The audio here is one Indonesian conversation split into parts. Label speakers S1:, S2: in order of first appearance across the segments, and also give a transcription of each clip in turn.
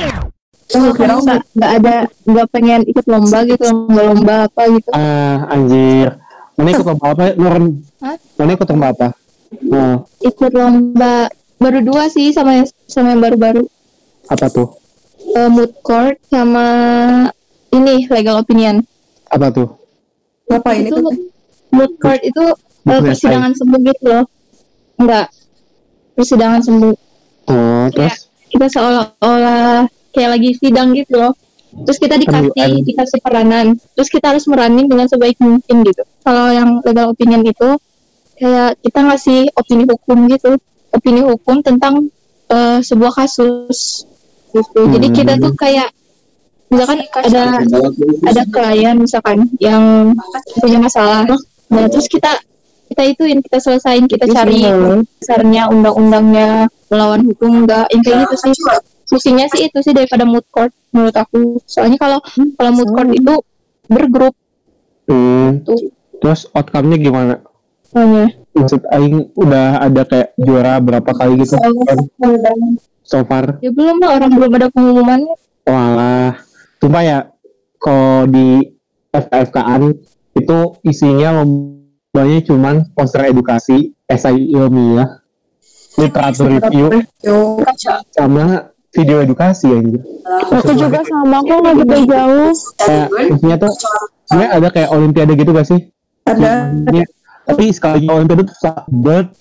S1: Oh, kira nggak pengen ikut lomba gitu, lomba apa gitu.
S2: Anjir. Mana ikut lomba apa, Nur? Mana ikut lomba apa?
S1: Ikut lomba baru 2 sih, sama yang baru-baru.
S2: Apa tuh?
S1: Moot court sama ini legal opinion.
S2: Apa tuh?
S1: Apa ini tuh? Moot court itu persidangan semu gitu loh. Enggak. Persidangan semu.
S2: Terus?
S1: Kita seolah-olah kayak lagi sidang gitu loh. Terus kita dikasih peranan. Terus kita harus meranin dengan sebaik mungkin gitu. Kalau yang legal opinion itu kayak kita ngasih opini hukum gitu. Opini hukum tentang sebuah kasus gitu. Jadi kita tuh kayak misalkan ada klien misalkan yang punya masalah. Nah, terus kita selesain, kita cari dasarnya, undang-undangnya, melawan hukum enggak, yang kayak gitu sih. Fungsinya sih itu sih daripada moot court menurut aku. Soalnya kalau moot court itu bergrup.
S2: Terus outcome-nya gimana?
S1: Maksud
S2: Aing udah ada kayak juara berapa kali gitu? So far?
S1: Ya belum lah, orang belum ada pengumumannya.
S2: Walah, cuma ya kalau di FKFK-an itu isinya lombanya cuman poster edukasi, esai ilmiah, literatur review, sama video edukasi aja.
S1: Aku juga sama, aku nggak beda jauh.
S2: Kayak isinya tuh sebenarnya ada kayak olimpiade gitu gak sih?
S1: Ada.
S2: Tapi sekali olimpiade tuh bet.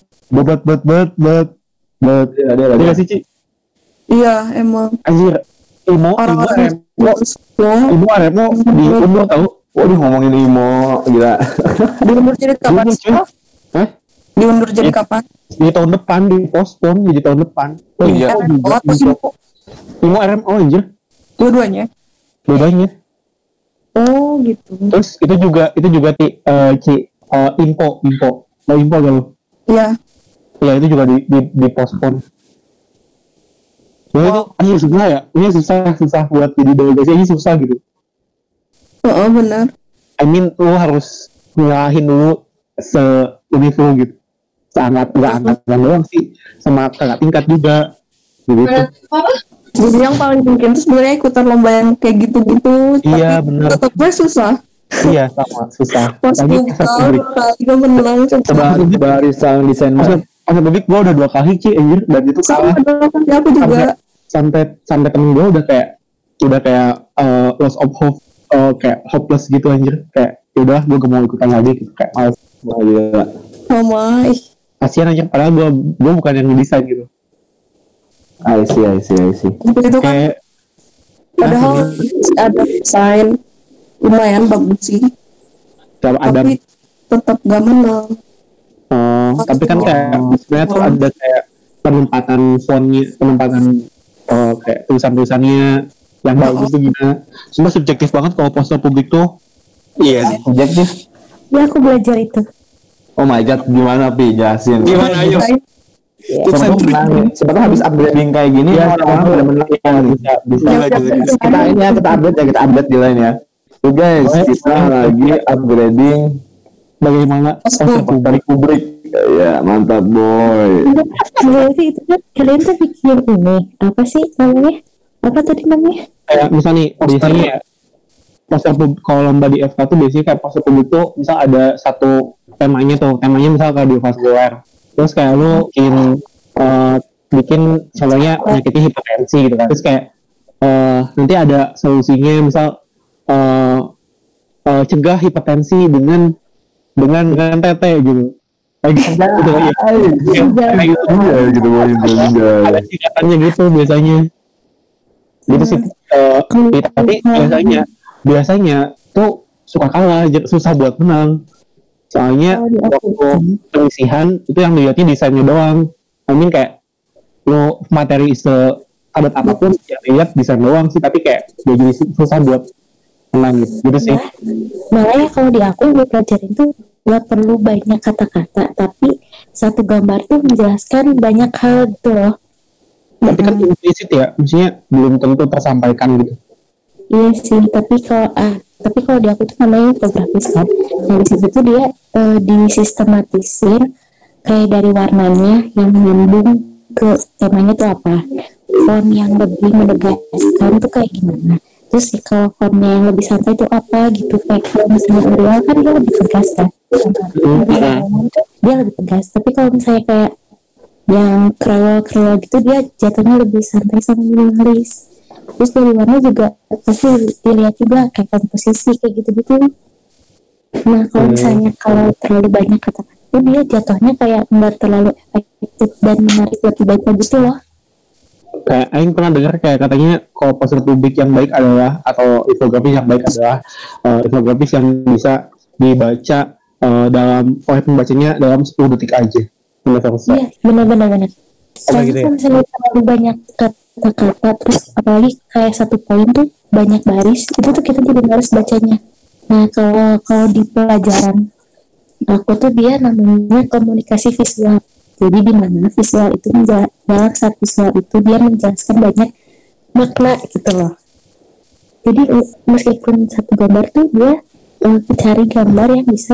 S2: Ada gak sih, Ci?
S3: Iya, emang.
S2: Anjir, Imo Aremo di umur tahu? Waduh, ngomongin Imo, gila.
S3: Diundur jadi kapan? Diundur jadi kapan?
S2: Di tahun depan, dipospon jadi tahun depan. Oh iya. Imo RMO anjir.
S3: Dua-duanya. Oh, gitu.
S2: Terus itu juga info. Mau info gak lu?
S3: Iya.
S2: Iya, itu juga dipospon. Ini susah ya? Ini susah buat jadi delegasi, ini susah gitu.
S3: Benar.
S2: I mean, lu harus ngalahin dulu se-unifu gitu. Sangat nggak angkatan doang sih, sama kakak tingkat juga. Gitu.
S3: Jadi yang paling mungkin itu sebenarnya ikutan lomba yang kayak gitu-gitu.
S2: Iya, benar.
S3: Tetapnya susah.
S2: Iya, sama susah.
S3: Pas buka, juga menang.
S4: Coba barisan desain
S2: Pas publik gue udah 2 kali Ci, anjir, dan itu kalah.
S3: Aku juga.
S2: Sampai temen gue udah kayak loss of hope, kayak hopeless gitu anjir, kayak udah gue gak mau ikutan lagi gitu, kayak males.
S4: Gila.
S3: Sama.
S2: Kasian aja, padahal gue bukan yang ngedesain gitu.
S4: I see.
S3: Itu kan padahal ada desain lumayan bagus sih. Tapi tetap gak menang.
S2: Tapi kan kayak sebenarnya tuh ada kayak penempatan kayak tulisannya yang bagus tuh gimana. Semua subjektif banget kalau poster publik tuh.
S4: Iya sih, subjektif.
S1: Ya, aku belajar itu.
S4: Oh my god, gimana Pi? Jelasin.
S5: Gimana ayo?
S4: Sebetulnya habis upgrading kayak gini orang-orang udah menang ya. Bisa. Kita update di lain ya. Tuh guys, kita lagi upgrading
S2: bagaimana poster
S4: dari Kubrick. Ya, mantap boy.
S1: Kalian tuh bikin ini apa sih namanya? Apa tadi namanya?
S2: Kayak misalnya biasanya poster kalau lomba di FK tuh biasanya kayak poster publik tuh misal ada satu temanya misal kardiovaskular. Terus kayak lu bikin contohnya penyakitnya hipertensi gitu kan. Terus kayak nanti ada solusinya misal cegah hipertensi dengan tete gitu. Kayak gitu ada singkatannya gitu biasanya gitu sih. Tapi biasanya tuh suka kalah, susah buat menang. Soalnya waktu penyisihan itu yang dilihatnya desainnya doang. I mean kayak lo materi sepadat apapun yang dilihat desain doang sih, tapi kayak jadi susah buat menang gitu sih.
S1: Makanya kalau di aku gue pelajarin tuh nggak perlu banyak kata-kata, tapi satu gambar tuh menjelaskan banyak hal gitu loh.
S2: Tapi kan implisit ya, maksudnya belum tentu tersampaikan gitu.
S1: Iya sih, tapi kalau di aku tuh namanya infografis kan. Nah di situ tuh dia disistematisir kayak dari warnanya yang nyambung ke temanya tuh apa.
S5: font yang lebih menegaskan tuh kayak gimana. Terus kalau fontnya yang lebih santai itu apa gitu, kayak kalau misalnya Arial kan dia lebih tegas kan, dia lebih tegas. Tapi kalau misalnya kayak yang kerewel gitu, dia jatuhnya lebih santai sama minimalis. Terus dari warna juga pasti dilihat juga kayak komposisi kayak gitu-gitu. Nah kalau misalnya kalau terlalu banyak kata-kata, dia jatuhnya kayak nggak terlalu efektif dan menarik buat dibaca gitu loh.
S2: Kayak Aing pernah dengar kayak katanya kalau poster publik yang baik adalah, atau infografis yang baik adalah infografis yang bisa dibaca dalam oleh pembacanya dalam 10 detik aja.
S5: Iya, benar. Soalnya
S2: gitu ya?
S5: kalau misalnya terlalu banyak kata-kata, terus apalagi kayak satu poin tuh banyak baris, itu tuh kita jadi males bacanya. Nah kalau di pelajaran aku tuh dia namanya komunikasi visual. Jadi di mana visual itu dalam satu visual itu dia menjelaskan banyak makna gitu loh. Jadi meskipun satu gambar tuh dia cari gambar yang bisa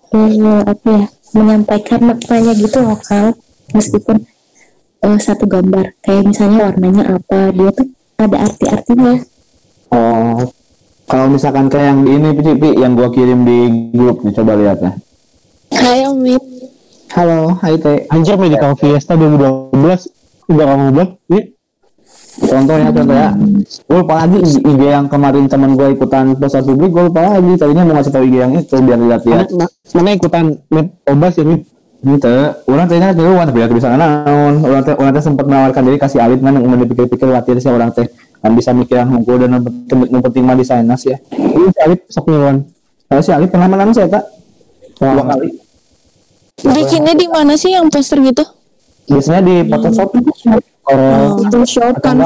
S5: menyampaikan maknanya gitu loh Kal. Meskipun satu gambar kayak misalnya warnanya apa, dia tuh ada arti-artinya.
S4: Oh, kalau misalkan kayak yang di ini Pi, yang gua kirim di grup, coba lihat ya.
S3: Hai Omid.
S4: Halo, hai Teh.
S2: Anjir, Medical Fiesta 2012 udah kamu buat nih.
S4: Contoh ya. Gue lupa lagi IG yang kemarin teman gue ikutan poster publik, gue lupa lagi. Tadinya mau ngasih tau IG yang itu biar lihat-lihat.
S2: Mana ikutan Obas ya nih?
S4: Gitu. Orang tadinya duluan biar bisa naon. Orang teh sempat menawarkan diri kasih Alit kan, yang dipikir-pikir latihan sih orang teh kan bisa mikiran hukum dan penting mah di sainas ya.
S2: Ini si Alit sok nyeluan.
S4: Kalau si Alit pernah menang saya tak 2 kali.
S3: Bikinnya di mana sih yang poster gitu?
S4: Biasanya di Photoshop.
S3: Photoshop kan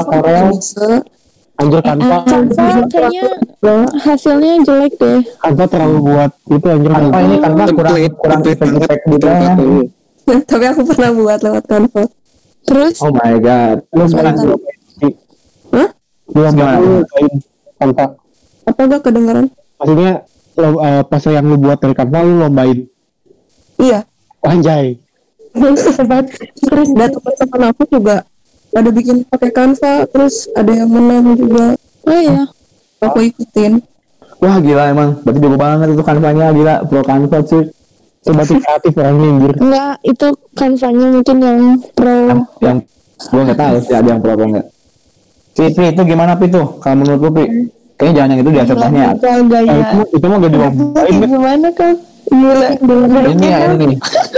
S2: Anjir, Canva
S3: kayaknya hasilnya jelek deh.
S2: Canva terlalu buat itu anjir.
S4: Canva ini Canva kurang efek gitu ya.
S3: Tapi aku pernah buat lewat Canva. Terus?
S4: Oh my god. Terus
S3: Hah?
S2: Gimana? Canva.
S3: Apa gak kedengeran?
S2: Maksudnya pas yang lu buat dari Canva lu lombain.
S3: Iya.
S2: Anjay.
S3: Dan teman-teman aku juga ada bikin pakai Canva, terus ada yang menang juga. Oh iya. Aku ikutin.
S4: Wah gila emang, berarti jago banget itu Canva-nya, gila pro Canva cuy.
S2: Coba kreatif orangnya anjir.
S3: Enggak, itu Canva-nya mungkin yang pro.
S4: Yang gue nggak tahu sih ada yang pro apa enggak. Pi itu gimana Pi tuh? Kalau menurut lu Pi? Kayaknya jangan yang itu dia contohnya.
S2: Itu mah gak dilombain.
S3: Gimana kan? Gila.
S4: Ini ya ini.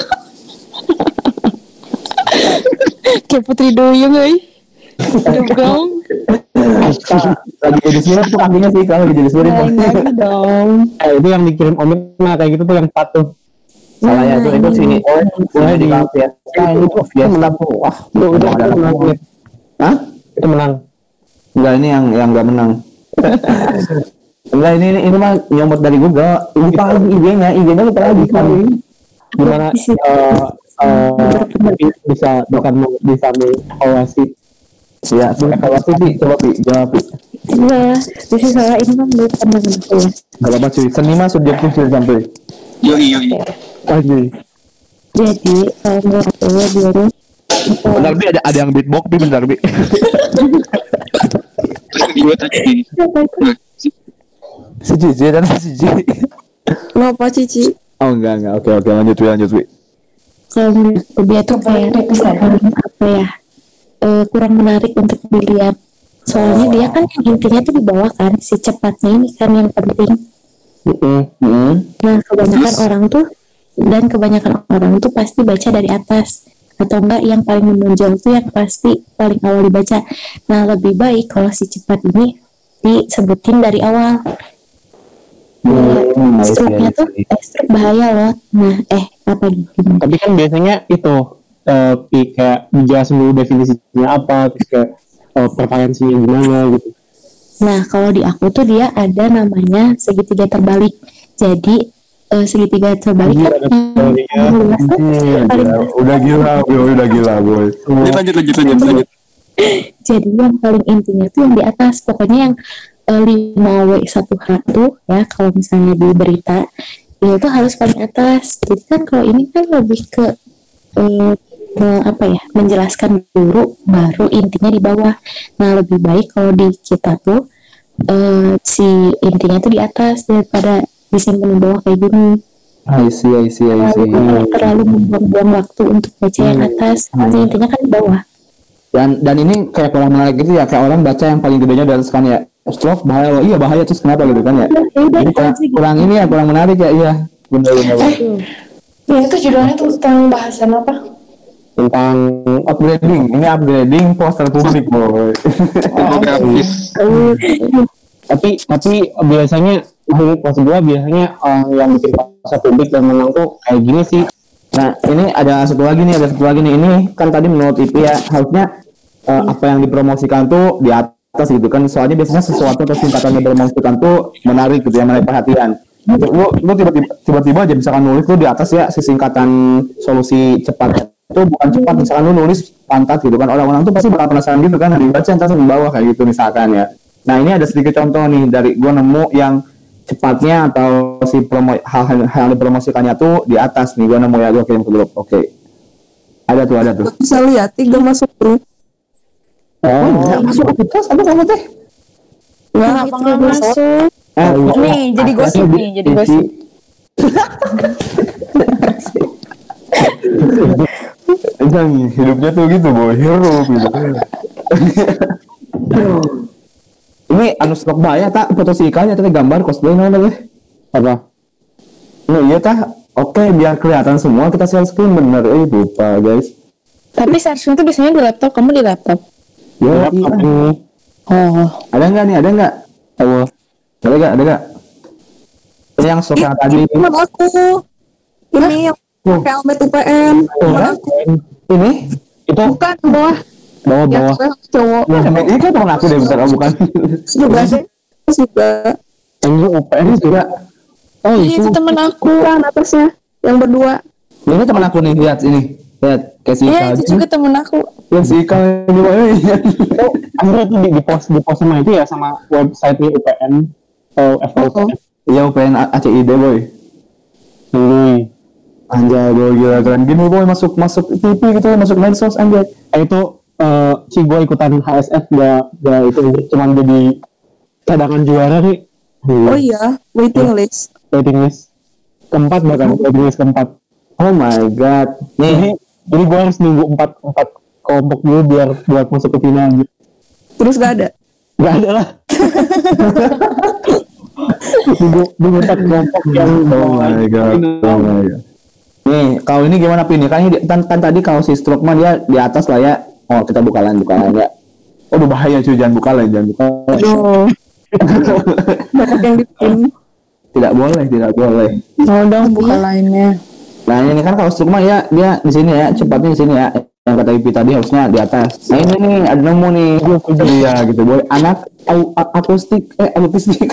S3: Kayak Putri Duyung guys. Dong.
S4: Lagi jadi sirip tuh kakinya sih kalau lagi jadi sirip.
S3: Dong.
S2: Itu yang dikirim Omid mah kayak gitu tuh yang patuh.
S4: Salah ya itu sini. Boleh di ya. Ini tuh dia menang tuh. Wah,
S2: Itu menang.
S4: Hah?
S2: Itu menang.
S4: Enggak, ini yang enggak menang. Enggak, ini mah nyomot dari Google. Lupa lagi IG-nya lupa lagi kan.
S2: Gimana bisa mengawasi.
S4: Ya, evaluasi Pi, coba Pi, jawab Pi.
S5: Iya, jadi soal ini kan menurut pandangan aku ya.
S4: Gak apa-apa cuy, seni mah subjektif sih sampai.
S6: Yoi.
S2: Anjir.
S5: Jadi kalau menurut aku ya biar
S6: Bentar Bi, ada yang beatbox Bi, bentar Bi. Gue tadi.
S4: Si Cici dan si Cici.
S3: Kenapa Cici?
S4: Oh enggak, oke lanjut Wi.
S5: kalau menurut aku dia tuh kayak apa ya, kurang menarik untuk dilihat. Soalnya dia kan intinya tuh di bawah kan, si cepatnya ini kan yang penting. Nah kebanyakan orang tuh pasti baca dari atas, atau enggak yang paling menonjol tuh yang pasti paling awal dibaca. Nah lebih baik kalau si cepat ini disebutin dari awal. Struknya tuh struk bahaya loh. Nah apa gitu.
S2: Tapi kan biasanya itu kayak dijelasin dulu definisinya apa, terus kayak prevalensinya gimana gitu.
S5: Nah kalau di aku tuh dia ada namanya segitiga terbalik. Jadi segitiga terbalik kan
S4: udah gila boy.
S6: Lanjut.
S5: Jadi yang paling intinya tuh yang di atas, pokoknya yang 5W1H tuh ya, kalau misalnya di berita itu harus paling atas. Jadi kan kalau ini kan lebih ke menjelaskan dulu baru intinya di bawah. Nah lebih baik kalau di kita tuh si intinya tuh di atas daripada disimpan di bawah kayak gini.
S4: I see.
S5: Terlalu membuang waktu untuk baca yang atas. Nanti intinya kan di bawah.
S4: Dan ini kayak kurang menarik gitu ya, kayak orang baca yang paling gedenya dari sekarang ya. Stroke bahaya, iya bahaya terus kenapa gitu kan ya? Jadi kurang ini ya, kurang menarik ya, iya. Benar.
S7: Ya itu judulnya tuh tentang bahasan apa?
S2: Tentang
S4: Upgrading, ini upgrading poster publik boy.
S2: tapi biasanya maksud gua biasanya yang bikin poster publik dan menang tuh kayak gini sih.
S4: Nah ini ada satu lagi nih, ini kan tadi menurut IP ya, harusnya apa yang dipromosikan tuh di atas gitu kan, soalnya biasanya sesuatu atau singkatan yang dipromosikan tuh menarik gitu ya, menarik perhatian. Lu tiba-tiba aja misalkan nulis tuh di atas ya singkatan solusi cepat, itu bukan cepat, misalkan lu nulis pantat gitu kan, orang-orang tuh pasti bakal penasaran gitu kan, dibaca entar di bawah kayak gitu misalkan ya. Nah ini ada sedikit contoh nih dari gua nemu yang cepatnya atau si hal yang dipromosikannya tuh di atas nih, gua nemu ya, gua kirim ke grup. Oke. Ada tuh.
S3: Bisa lihat 3 masuk grup.
S4: Enggak masuk aktivitas, apa kamu teh?
S7: Kenapa nggak masuk? Nih jadi gosip nih, jadi gosip.
S4: Hidupnya tuh gitu boy, hero gitu. Ini anu stok bahaya tak foto si ikannya tadi gambar cosplay namanya deh. Apa? Nah iya tah. Oke, biar kelihatan semua kita share screen bener. Lupa guys.
S7: Tapi share screen itu biasanya di laptop, kamu di laptop?
S4: Ya, iya.
S7: Oh.
S4: Ada nggak? Oh. Ada nggak? Ini yang stok yang tadi.
S3: Ini aku. Ini yang pakai helmet UPN.
S4: Ini? Itu
S3: Bukan bawah.
S4: Bawah.
S3: Cowok.
S4: Ini kan teman aku deh, bentar. Oh, bukan.
S3: Juga.
S2: Ini UPN juga.
S7: Oh itu teman aku.
S3: Kan atasnya yang berdua.
S4: Ini teman aku nih, lihat ini. Lihat kayak si
S7: Iya
S4: Ika.
S7: itu juga teman aku.
S4: Lihat si Ika ini iya.
S2: Akhirnya tuh di post sama itu ya, sama website-nya UPN FOU.
S4: Iya UPN ACID boy. Anjay boy, gila keren gini boy, masuk TV gitu, masuk medsos anjay.
S2: Itu si gue ikutan HSF gak itu cuman jadi cadangan juara nih.
S3: Oh iya, waiting list
S2: keempat keempat.
S4: Oh my god.
S2: Nih jadi gue harus nunggu empat kelompok dulu biar buat masuk ke final gitu.
S3: Terus gak ada
S2: lah. nunggu 4 kelompok yang
S4: oh my god. Nih kalau ini gimana Pin? Kan tadi kalau si stroke mah dia di atas lah ya. Oh kita buka lain ya. Aduh bahaya cuy, jangan buka lain.
S3: Aduh. Banyak yang dipin.
S4: Tidak boleh.
S7: Mau dong buka lainnya.
S4: Nah ini kan kalau stroke mah ya dia di sini ya, cepatnya di sini ya. Yang kata Ipi tadi harusnya di atas. Nah ini nih ada nemu nih. Iya gitu boy. Anak autistik.
S5: Autistik.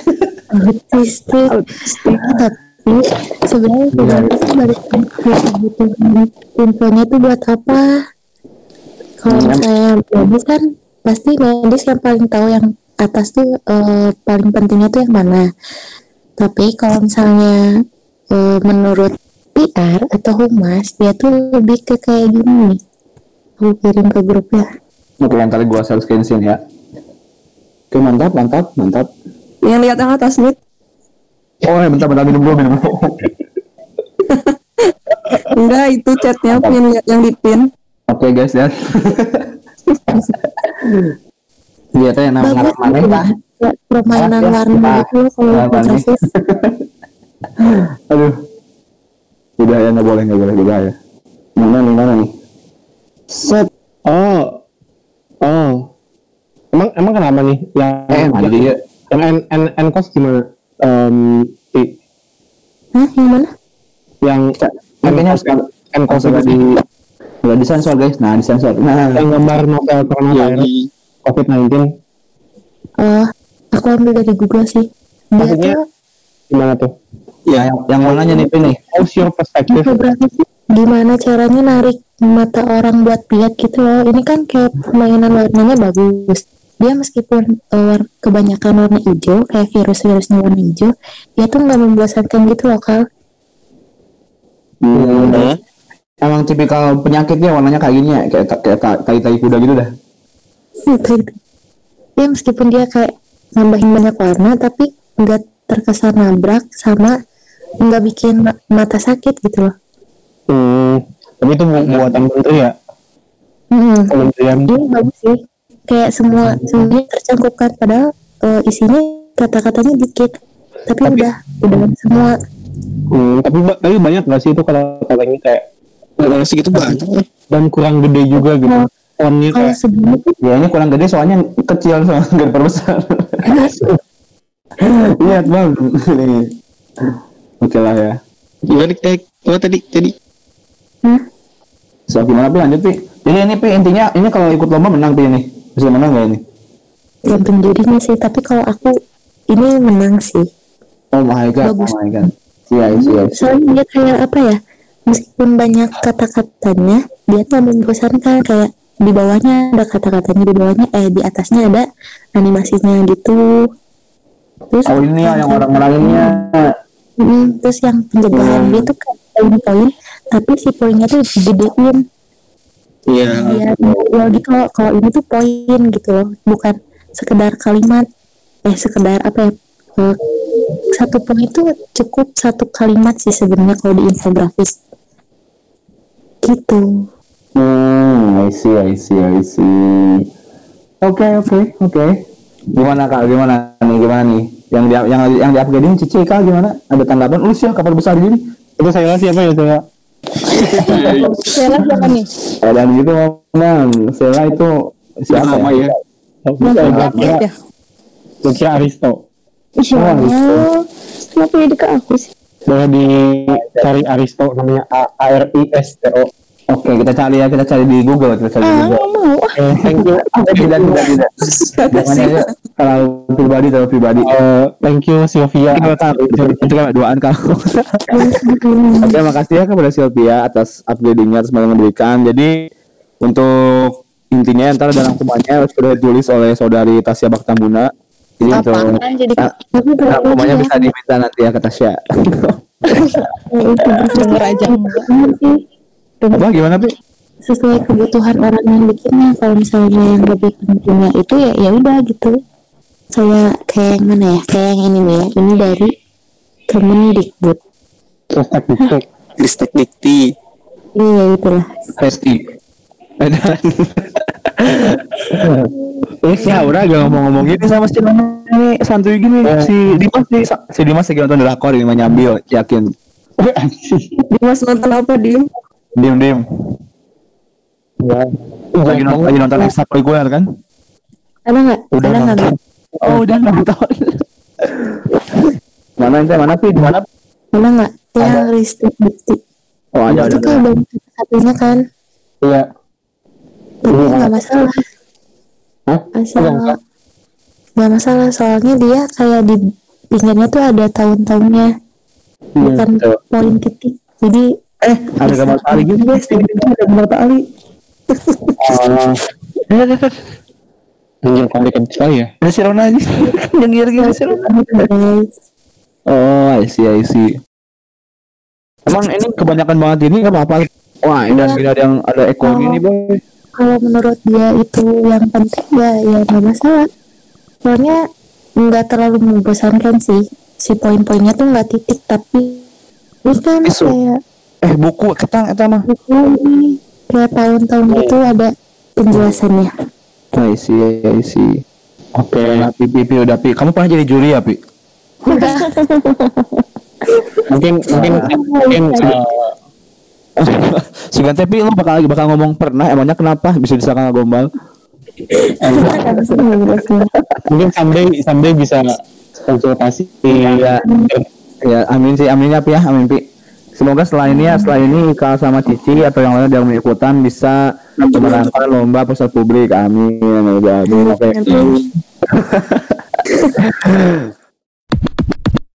S5: Tapi sebenarnya baru kebutuhan infonya itu buat apa? Kalau saya medis kan pasti medis yang paling tahu yang atas tuh paling pentingnya tuh yang mana. Tapi kalau misalnya menurut PR atau humas dia tuh lebih ke kayak gini nih. Aku kirim ke grupnya.
S4: Oke, yang tadi gua share screen ya. Oke, mantap.
S3: Yang lihat yang atas nih.
S4: Oh, bentar minum dulu.
S3: Enggak, itu chatnya pin yang dipin.
S4: Oke guys ya. Lihatnya nama mana lah.
S5: Permainan warna itu kalau gratis.
S4: Aduh. Udah ya, nggak boleh udah ya. Mana nih?
S2: Set. Oh. Emang kenapa nih? Yang N-Cos gimana?
S5: Yang mana?
S4: Yang kayaknya N-Cos udah disensor guys. Nah disensor. Nah
S2: yang gambar novel coronavirus COVID-19.
S5: Aku ambil dari Google sih.
S2: Maksudnya gimana tuh?
S4: Ya yang mananya nih Pin nih?
S2: How's your perspective?
S5: Gimana caranya narik mata orang buat lihat gitu loh. Ini kan kayak permainan warnanya bagus. Dia meskipun kebanyakan warna hijau, kayak virus-virusnya warna hijau, dia tuh nggak membosankan gitu loh, Kal.
S4: emang tipikal penyakitnya warnanya kayak gini ya, kayak tai kuda gitu dah.
S5: Ya meskipun dia kayak nambahin banyak warna tapi nggak terkesan nabrak sama nggak bikin mata sakit gitu loh.
S2: Tapi itu buatan menteri ya. Kementerian.
S5: Ini bagus sih. Kayak semuanya tercangkupkan padahal isinya kata-katanya dikit. Tapi udah semua.
S2: Tapi banyak nggak sih itu kalau katanya kayak
S6: Kalau segitu banyak.
S2: dan kurang gede juga gitu. Fontnya
S5: Kalau
S2: kayak
S5: sebelumnya tuh
S4: Ya ini kurang gede soalnya kecil soalnya nggak diperbesar. Lihat bang. Oke lah ya.
S6: Gimana tadi?
S4: So gimana Pi lanjut Pi? Jadi ini Pi intinya ini kalau ikut lomba menang Pi ini. Bisa menang nggak ini?
S5: gantung dirinya sih. Tapi kalau aku ini menang sih.
S4: Oh my god.
S5: Bagus.
S4: Oh my god. Siap.
S5: Soalnya dia kayak apa ya? Meskipun banyak kata-katanya, dia tuh membosankan kayak di bawahnya ada kata-katanya, di bawahnya di atasnya ada animasinya gitu. Terus
S4: Oh ini ya yang orang-orangnya.
S5: terus yang pencegahan dia tuh kayak poin-poin, tapi si poinnya tuh digedein.
S6: Iya.
S5: Ya gitu loh. Kalau ini tuh poin gitu loh, bukan sekedar kalimat. Sekedar apa ya? Satu poin itu cukup satu kalimat sih sebenarnya kalau di infografis. Gitu.
S4: I see. Oke. Gimana Kak? Gimana nih? Yang di upgrading Cici Kak gimana? Ada tanggapan? Lu sih kapan besar gini?
S2: itu saya siapa ya saya?
S7: Sela siapa nih?
S4: Dan gitu Bang. Sela itu siapa
S6: Nama
S4: ya?
S6: ya.
S2: Gue kira Aristo.
S7: Kenapa jadi ke aku sih?
S2: Boleh dicari Aristo namanya ARISTO.
S4: Oke, kita cari di Google,
S7: Mau.
S2: Thank you.
S4: Tidak. Makanya terlalu pribadi.
S2: Thank you Sylvia.
S4: Itu kan doaan kamu. Oke, makasih ya kepada Sylvia atas upgradingnya, atas memberikan. Jadi untuk intinya ntar ada rangkumannya sudah ditulis oleh saudari Tasya Baktambuna. Jadi untuk rangkumannya bisa diminta nanti ya ke Tasya.
S7: Denger aja.
S4: Apa gimana Pi?
S5: Sesuai kebutuhan orang yang bikinnya. Kalau misalnya yang lebih pentingnya itu ya udah gitu. Saya kayak yang mana ya? Kayak yang ini nih ya. Ini dari Kemendikbud.
S6: Ristek Dikti.
S5: Iya itulah.
S6: Resti.
S4: Ya udah gak ngomong-ngomong gini sama si Dimas ini santuy gini. Si Dimas lagi nonton drakor ini nyambil yakin.
S3: Dimas nonton apa Dim?
S4: Diem.
S2: Ya.
S4: Lagi nonton ekstrakurikuler kan?
S5: Ada nggak?
S2: Udah nonton.
S4: Udah nonton. Mana Pi? Mana
S5: nggak? Yang Ristek Dikti.
S4: Oh ada.
S5: Itu kayak banyak satunya kan.
S2: Iya.
S5: Tapi nggak masalah. Nggak masalah soalnya dia kayak di pinggirnya tuh ada tahun-tahunnya, bukan poin titik. Jadi
S4: ada gambar tali gitu guys. Ada gambar tali.
S2: Anjir konten sekali ya.
S4: Ada si Rona aja. Yang si Rona. Oh, I see. Emang ini kebanyakan banget ini nggak apa-apa. Wah, ini ada ekonomi nih boy.
S5: Kalau menurut dia itu yang penting ya nggak masalah. Soalnya nggak terlalu membosankan sih. Si poin-poinnya tuh nggak titik tapi ini kan kayak
S4: buku ketang eta mah.
S5: buku ini kayak tahun-tahun gitu ada penjelasannya.
S4: I see. Oke, Pi udah Pi. Kamu pernah jadi juri ya Pi?
S2: Mungkin
S4: Sugan tapi lu bakal ngomong pernah, emangnya kenapa bisa disangka gombal?
S2: mungkin someday bisa konsultasi.
S4: Ya amin ya Pi ya, amin Pi. Semoga setelah ini Kak sama Cici atau yang lain yang mengikutan bisa memenangkan lomba peserta publik. Amin. Oke.